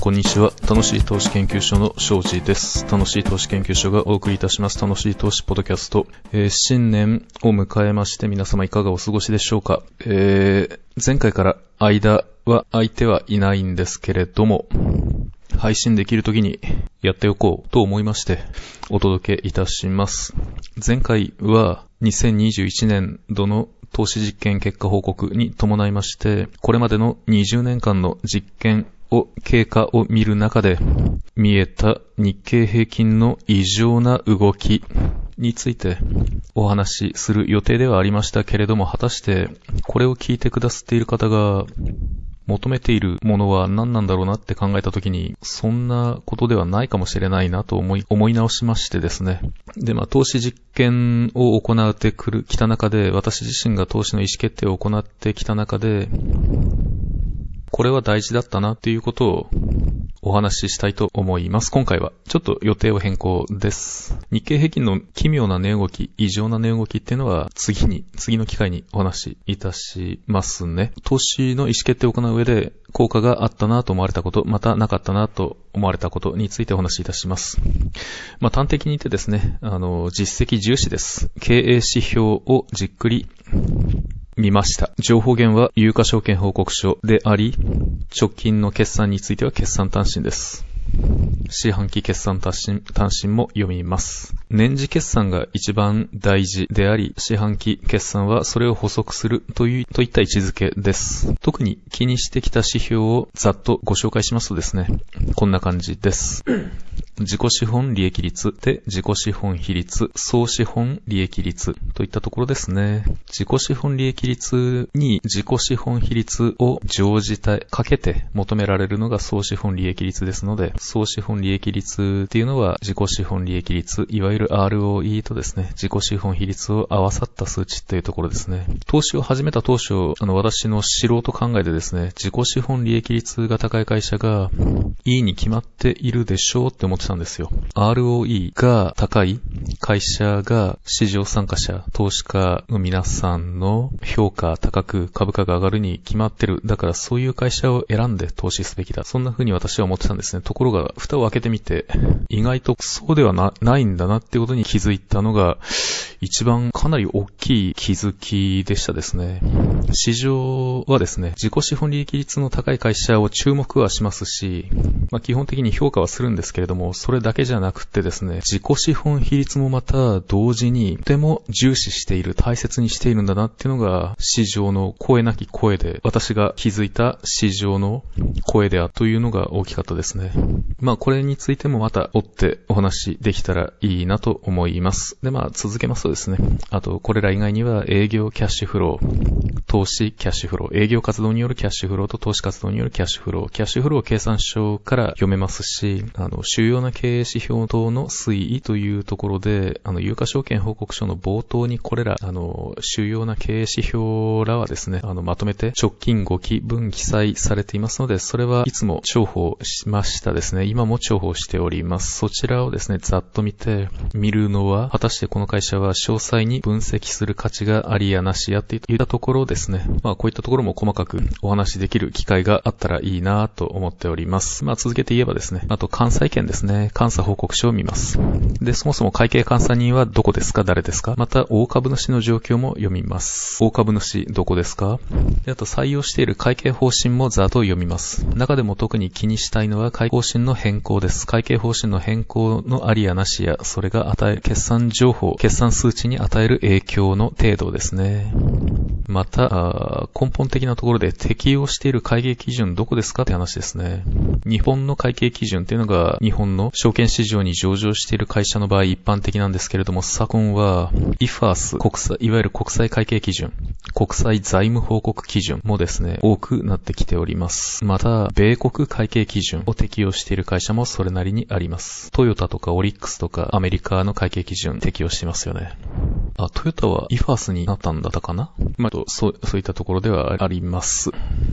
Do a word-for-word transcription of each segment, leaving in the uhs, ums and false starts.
こんにちは。楽しい投資研究所の庄司です。楽しい投資研究所がお送りいたします楽しい投資ポッドキャスト、えー、新年を迎えまして皆様いかがお過ごしでしょうか。えー、前回から間は空いてはいないんですけれども、配信できるときにやっておこうと思いましてお届けいたします。前回はにせんにじゅういちねん度の投資実験結果報告に伴いまして、これまでのにじゅうねんかんの実験を経過を見る中で見えた日経平均の異常な動きについてお話しする予定ではありましたけれども、果たしてこれを聞いてくださっている方が求めているものは何なんだろうなって考えたときに、そんなことではないかもしれないなと思い、思い直しましてですね。で、まあ、投資実験を行ってくる、きた中で、私自身が投資の意思決定を行ってきた中で、これは大事だったなっていうことをお話ししたいと思います。今回はちょっと予定を変更です。日経平均の奇妙な値動き、異常な値動きっていうのは次に、次の機会にお話しいたしますね。投資の意思決定を行う上で効果があったなと思われたこと、またなかったなと思われたことについてお話しいたします。まあ端的に言ってですね、あの、実績重視です。経営指標をじっくり見ました。情報源は有価証券報告書であり、直近の決算については決算単身です。四半期決算単身、単身も読みます。年次決算が一番大事であり、四半期決算はそれを補足するという、といった位置づけです。特に気にしてきた指標をざっとご紹介しますとですね、こんな感じです。自己資本利益率で自己資本比率、総資本利益率といったところですね。自己資本利益率に自己資本比率を乗じてかけて求められるのが総資本利益率ですので、総資本利益率っていうのは自己資本利益率、いわゆる アールオーイー とですね、自己資本比率を合わさった数値というところですね。投資を始めた当初、あの私の素人考えでですね、自己資本利益率が高い会社がいいに決まっているでしょうって思ってたんですよ。アールオーイー が高い会社が市場参加者、投資家の皆さんの評価高く株価が上がるに決まってる。だからそういう会社を選んで投資すべきだ。そんな風に私は思ってたんですね。ところが蓋を開けてみて意外とそうでは な, ないんだなっていうことに気づいたのが一番かなり大きい気づきでしたですね。市場はですね、自己資本利益率の高い会社を注目はしますし、まあ、基本的に評価はするんですけれども、それだけじゃなくてですね、自己資本比率もまた同時にとても重視している、大切にしているんだなっていうのが市場の声なき声で、私が気づいた市場の声であるというのが大きかったですね。まあこれについてもまた追ってお話できたらいいなと思います。でまあ続けますとですね、あとこれら以外には営業キャッシュフロー、投資キャッシュフロー、営業活動によるキャッシュフローと投資活動によるキャッシュフロー、キャッシュフロー計算書から読めますし、あの主要な経営指標等の推移というところで、あの有価証券報告書の冒頭にこれらあの主要な経営指標らはですね、あのまとめて直近ごき分記載されていますので、それはいつも重宝しましたですね。今も重宝しております。そちらをですね、ざっと見て見るのは、果たしてこの会社は詳細に分析する価値がありやなしやっていったところですね。まあこういったところも細かくお話しできる機会があったらいいなと思っております。まあ続けて言えばですね、あと関西圏ですね、監査報告書を見ます。で、そもそも会計監査人はどこですか、誰ですか、また大株主の状況も読みます。大株主どこですか、であと採用している会計方針もざっと読みます。中でも特に気にしたいのは会計方針の変更です。会計方針の変更のありやなしや、それが与える決算情報、決算数値に与える影響の程度ですね。また根本的なところで適用している会計基準どこですかって話ですね。日本の会計基準っていうのが日本の証券市場に上場している会社の場合一般的なんですけれども、昨今は アイファース 国際、いわゆる国際会計基準、国際財務報告基準もですね、多くなってきております。また米国会計基準を適用している会社もそれなりにあります。トヨタとかオリックスとかアメリカの会計基準適用していますよね。あ、トヨタは アイファース になったんだったかな、まあ、そう、そういったところではあります。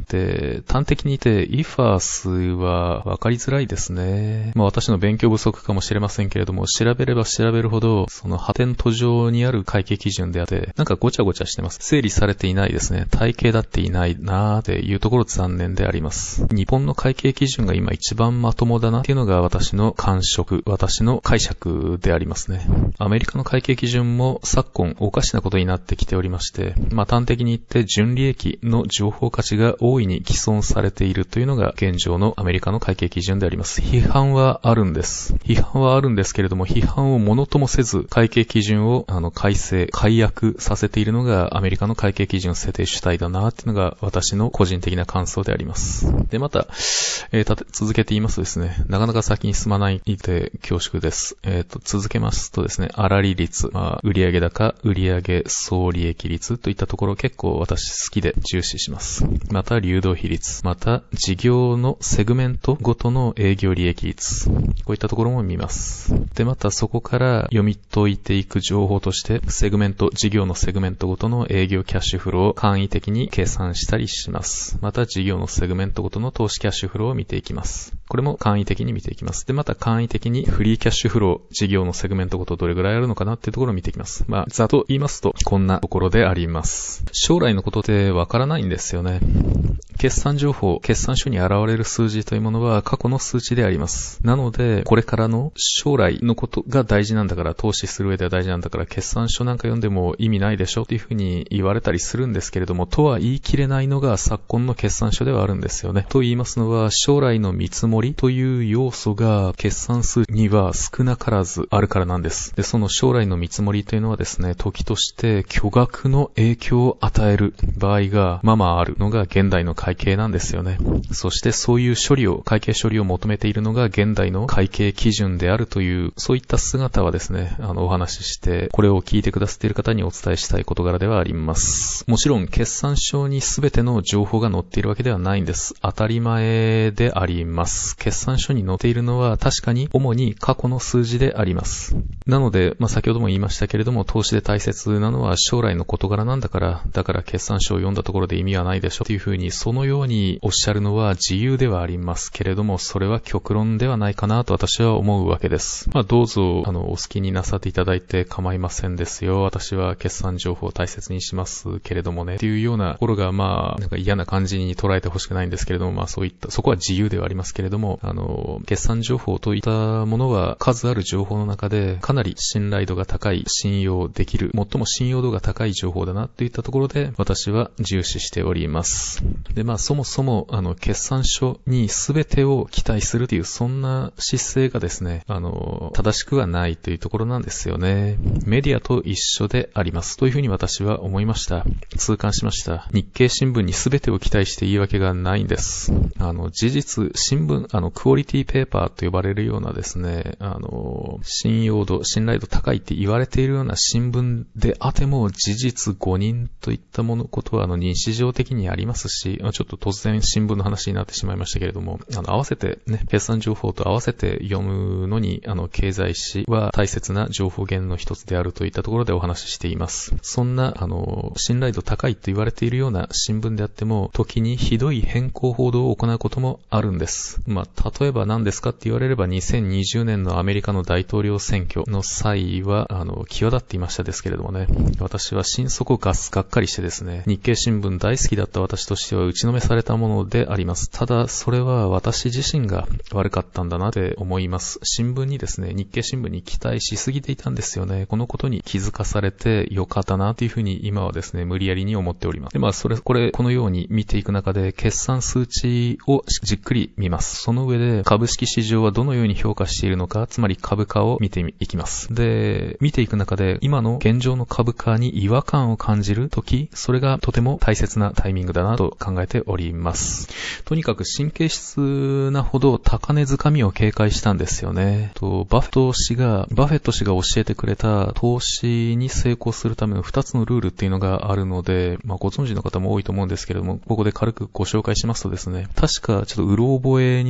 で、端的に言って、イファースは分かりづらいですね。まあ私の勉強不足かもしれませんけれども、調べれば調べるほど、その発展途上にある会計基準であって、なんかごちゃごちゃしてます。整理されていないですね。体系だっていないなーっていうところ残念であります。日本の会計基準が今一番まともだなっていうのが私の感触、私の解釈でありますね。アメリカの会計基準も昨今おかしなことになってきておりまして、まあ端的に言って純利益の情報価値が大いに毀損されているというのが現状のアメリカの会計基準であります。批判はあるんです。批判はあるんですけれども、批判をものともせず会計基準をあの改正、改悪させているのがアメリカの会計基準制定主体だなっていうのが私の個人的な感想であります。で、また、えー、たて続けて言いますとですね、なかなか先に進まないで恐縮です。えっと、続けますとですね、粗利率、まあ、売上高、売上総利益率といったところ結構私好きで重視します。また、流動比率、また、事業のセグメントごとの営業利益率、こういったところも見ます。で、またそこから読み解いていく情報として、セグメント、事業のセグメントごとの営業キャッシュフローを簡易的に計算したりします。また、事業のセグメントごとの投資キャッシュフローを見ていきます。これも簡易的に見ていきます。で、また簡易的にフリーキャッシュフロー、事業のセグメントごとどれぐらいあるのかなっていうところを見ていきます。まあ、ざっと言いますと、こんなところであります。将来のことってわからないんですよね。決算情報、決算書に現れる数字というものは過去の数値であります。なので、これからの将来のことが大事なんだから、投資する上では大事なんだから、決算書なんか読んでも意味ないでしょっていうふうに言われたりするんですけれども、とは言い切れないのが昨今の決算書ではあるんですよね。と言いますのは、将来の見積もりという要素が決算数には少なからずあるからなんです。で、その将来の見積もりというのはですね、時として巨額の影響を与える場合がままあるのが現代の会計なんですよね。そしてそういう処理を、会計処理を求めているのが現代の会計基準であるという、そういった姿はですね、あの、お話しして、これを聞いてくださっている方にお伝えしたい事柄ではあります。もちろん、決算書に全ての情報が載っているわけではないんです。当たり前であります。決算書に載っているのは確かに主に過去の数字であります。なので、まあ、先ほども言いましたけれども、投資で大切なのは将来の事柄なんだから、だから決算書を読んだところで意味はないでしょというふうに、そのようにおっしゃるのは自由ではありますけれども、それは極論ではないかなと私は思うわけです。まあ、どうぞ、あの、お好きになさっていただいて構いませんですよ。私は決算情報を大切にしますけれどもね、っていうようなところが、まあ、なんか嫌な感じに捉えてほしくないんですけれども、まあそういった、そこは自由ではありますけれども、あの、決算情報といったものは数ある情報の中でかなり信頼度が高い、信用できる、最も信用度が高い情報だなといったところで私は重視しております。で、まあそもそも、あの、決算書に全てを期待するという、そんな姿勢がですね、あの、正しくはないというところなんですよね。メディアと一緒であります。というふうに私は思いました。痛感しました。日経新聞に全てを期待していいわけがないんです。あの、事実、新聞、あの、クオリティペーパーと呼ばれるようなですね、あの、信用度、信頼度高いって言われているような新聞であっても、事実誤認といったもの、ことは、あの、日常的にありますし、ちょっと突然新聞の話になってしまいましたけれども、あの、合わせてね、決算情報と合わせて読むのに、あの、経済誌は大切な情報源の一つであるといったところでお話ししています。そんな、あの、信頼度高いと言われているような新聞であっても、時にひどい変更報道を行うこともあるんです。まあ、例えば何ですかって言われれば、にせんにじゅうねんのアメリカの大統領選挙の際は、あの、際立っていましたですけれどもね、私は心底がっかりしてですね、日経新聞大好きだった私としては打ちのめされたものであります。ただ、それは私自身が悪かったんだなって思います。新聞にですね、日経新聞に期待しすぎていたんですよね。このことに気づかされてよかったなというふうに今はですね、無理やりに思っております。で、まあ、それ、これ、このように見ていく中で、決算数値をじっくり見ます。その上で、株式市場はどのように評価しているのか、つまり株価を見ていきます。で、見ていく中で、今の現状の株価に違和感を感じるとき、それがとても大切なタイミングだなと考えております。とにかく神経質なほど高値掴みを警戒したんですよね。と、バフェット氏が、バフェット氏が教えてくれた投資に成功するためのふたつのルールっていうのがあるので、まあご存知の方も多いと思うんですけれども、ここで軽くご紹介しますとですね、確かちょっとうろ覚えに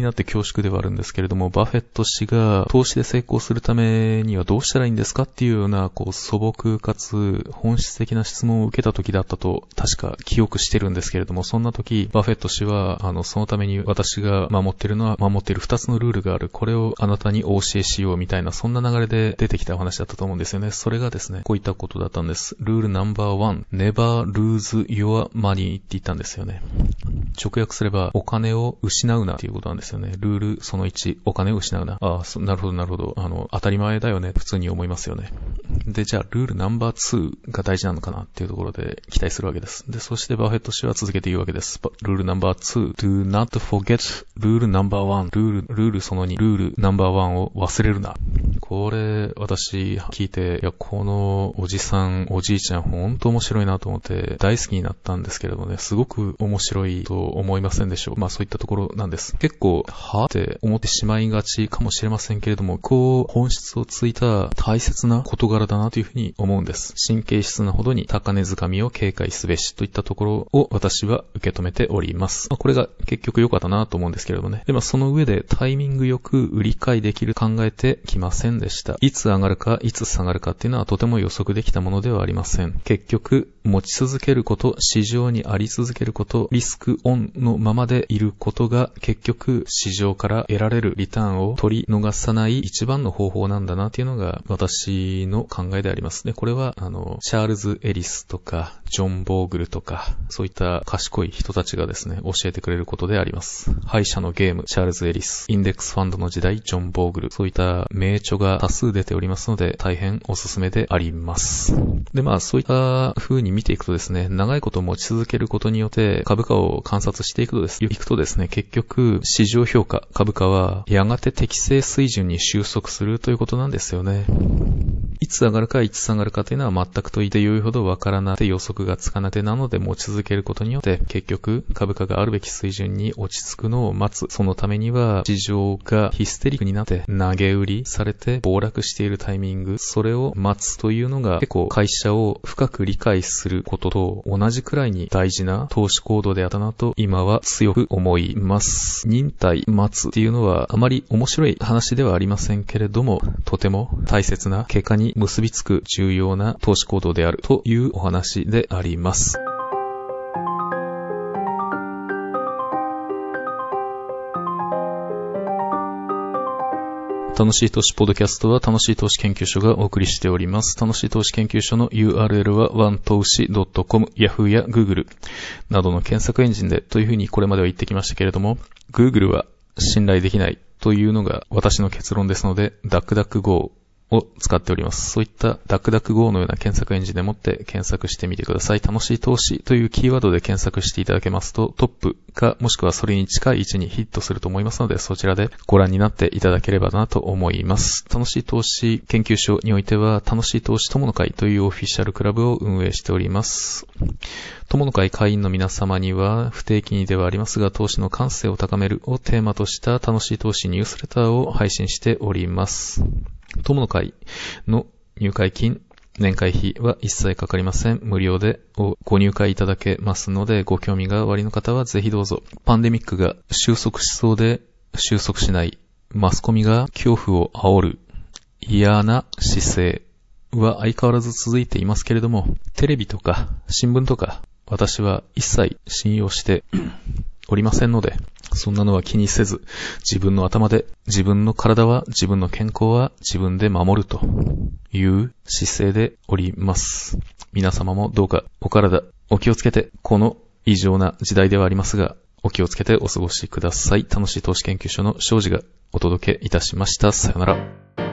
なって恐縮ではあるんですけれども、バフェット氏が投資で成功するためにはどうしたらいいんですかっていうような、こう、素朴かつ本質的な質問を受けた時だったと、確か記憶してるんですけれども、そんな時、バフェット氏は、あの、そのために私が守っているのは、守っている二つのルールがある。これをあなたにお教えしようみたいな、そんな流れで出てきたお話だったと思うんですよね。それがですね、こういったことだったんです。ルールナンバーワン、never lose your money って言ったんですよね。直訳すれば、お金を失うなっていうことなんですよね。ルールそのいち、お金を失うな。ああ、なるほどなるほど。あの、当たり前だよね。普通に思いますよね。で、じゃあ、ルールナンバーツーが大事なのかなっていうところで期待するわけです。で、そしてバフェット氏は続けて言うわけです。ルールナンバーツー、do not forget ルールナンバーワン、ルール、ルールそのに、ルールナンバーワンを忘れるな。これ、私聞いて、いや、このおじさん、おじいちゃん、ほんと面白いなと思って大好きになったんですけれどもね、すごく面白いと思いませんでしょう。まあそういったところなんです。結構、はぁって思ってしまいがちかもしれませんけれども、こう、本質をついた大切な事柄だなというふうに思うんです。神経質なほどに高値掴みを警戒すべしといったところを私は受け止めております。まあ、これが結局良かったなと思うんですけれどもね。でもその上でタイミングよく売り買いできる考えてきませんでした。いつ上がるかいつ下がるかっていうのはとても予測できたものではありません。結局持ち続けること、市場にあり続けること、リスクオンのままでいることが結局市場から得られるリターンを取り逃さない一番の方法なんだなっていうのが私の考えであります。で、これはあのチャールズ・エリスとかジョン・ボーグルとかそういった賢い人たちがですね教えてくれることであります。敗者のゲーム、チャールズ・エリス、インデックスファンドの時代、ジョン・ボーグル、そういった名著が多数出ておりますので大変おすすめであります。で、まあそういった風に見ていくとですね、長いこと持ち続けることによって株価を観察していくとです、いくとですね、結局市場評価、株価はやがて適正水準に収束するということなんですよね。いつ上がるかいつ下がるかというのは全くと言ってよいほどわからなくて予測がつかなくて、なので持ち続けることによって結局株価があるべき水準に落ち着くのを待つ。そのためには市場がヒステリックになって投げ売りされて暴落しているタイミング、それを待つというのが結構会社を深く理解することと同じくらいに大事な投資行動であったなと今は強く思います。忍耐待つっていうのはあまり面白い話ではありませんけれども、とても大切な結果に結びつく重要な投資行動であるというお話であります。楽しい投資ポッドキャストは楽しい投資研究所がお送りしております。楽しい投資研究所の ユーアールエル は ワン投資 ドットコム、Yahoo や Google などの検索エンジンでというふうにこれまでは言ってきましたけれども、Google は信頼できないというのが私の結論ですので、ダックダックゴーを使っております。そういったダックダックゴーのような検索エンジンでもって検索してみてください。楽しい投資というキーワードで検索していただけますとトップかもしくはそれに近い位置にヒットすると思いますので、そちらでご覧になっていただければなと思います。楽しい投資研究所においては楽しい投資友の会というオフィシャルクラブを運営しております。友の会会員の皆様には不定期にではありますが投資の感性を高めるをテーマとした楽しい投資ニュースレターを配信しております。友の会の入会金、年会費は一切かかりません。無料でご入会いただけますので、ご興味がおありの方はぜひどうぞ。パンデミックが収束しそうで収束しない、マスコミが恐怖を煽る嫌な姿勢は相変わらず続いていますけれども、テレビとか新聞とか私は一切信用しておりませんので、そんなのは気にせず、自分の頭で自分の体は自分の健康は自分で守るという姿勢でおります。皆様もどうかお体お気をつけて、この異常な時代ではありますがお気をつけてお過ごしください。楽しい投資研究所の庄司がお届けいたしました。さよなら。